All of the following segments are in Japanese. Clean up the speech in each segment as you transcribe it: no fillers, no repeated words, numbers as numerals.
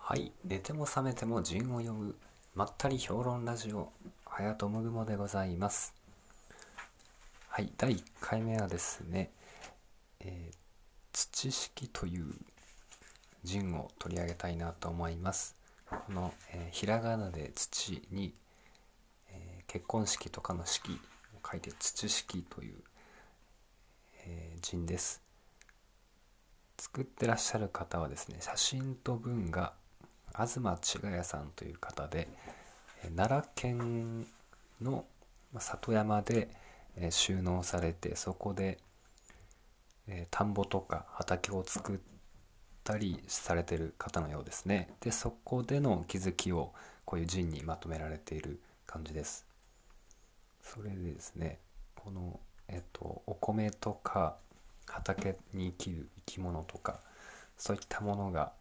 はい、寝ても覚めても陣を呼ぶまったり評論ラジオ、早とむぐもでございます。はい、第1回目はですね、土式という陣を取り上げたいなと思います。この、ひらがなで土に、結婚式とかの式を書いて土式という、陣です。作ってらっしゃる方はですね、写真と文が東千賀屋さんという方で、奈良県の里山で収納されて、そこで田んぼとか畑を作ったりされている方のようですね。でそこでの気づきをこういう陣にまとめられている感じです。それでですね、この、お米とか畑に生きる生き物とか、そういったものが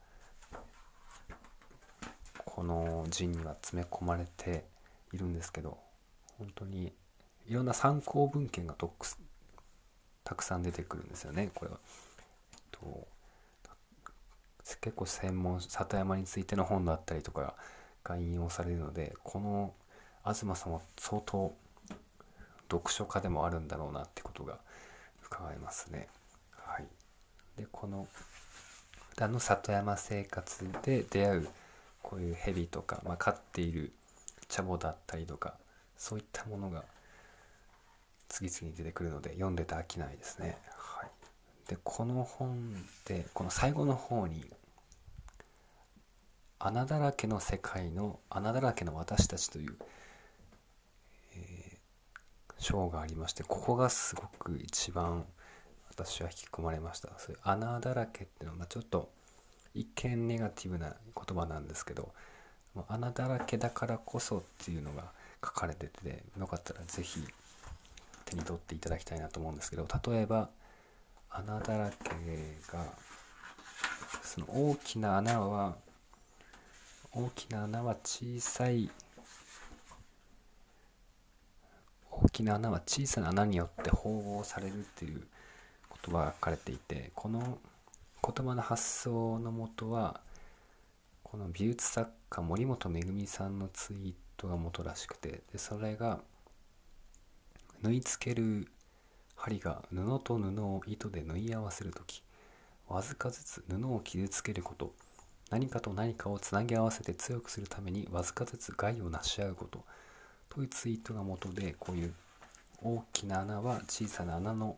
この陣には詰め込まれているんですけど、本当にいろんな参考文献がたくさん出てくるんですよね。これは、と結構専門里山についての本だったりとかが引用されるので、この東さんは相当読書家でもあるんだろうなってことが伺えますね。はい。でこの普段の里山生活で出会うこういう蛇とか、飼っているチャボだったりとか、そういったものが次々に出てくるので読んでて飽きないですね。はい。でこの本でこの最後の方に穴だらけの世界の穴だらけの私たちという章がありまして、ここがすごく一番私は引き込まれました。そういう穴だらけっていうのは、ちょっと一見ネガティブな言葉なんですけど、穴だらけだからこそっていうのが書かれてて、よかったらぜひ手に取っていただきたいなと思うんですけど、例えば穴だらけが、その大きな穴は小さな穴によって縫合されるっていう言葉が書かれていて、この言葉の発想のもとはこの美術作家森本めぐみさんのツイートが元らしくて、でそれが縫い付ける針が布と布を糸で縫い合わせるとき、わずかずつ布を傷つけること、何かと何かをつなぎ合わせて強くするためにわずかずつ害をなし合うことというツイートが元で、こういう大きな穴は小さな穴の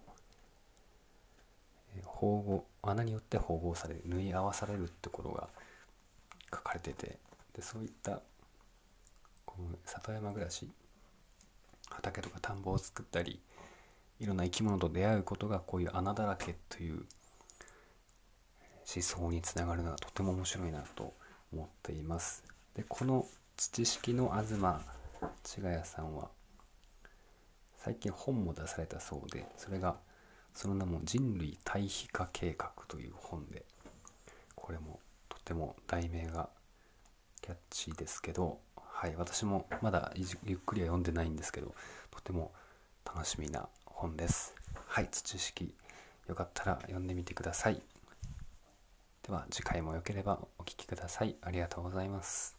穴によって縫合される、縫い合わされるってことが書かれてて、でそういったこの里山暮らし、畑とか田んぼを作ったり、いろんな生き物と出会うことがこういう穴だらけという思想につながるのがとても面白いなと思っています。でこの土式の東千賀屋さんは最近本も出されたそうで、その名も人類対比化計画という本で、これもとても題名がキャッチーですけど、はい、私もまだゆっくりは読んでないんですけど、とても楽しみな本です。はい、土式、よかったら読んでみてください。では次回もよければお聞きください。ありがとうございます。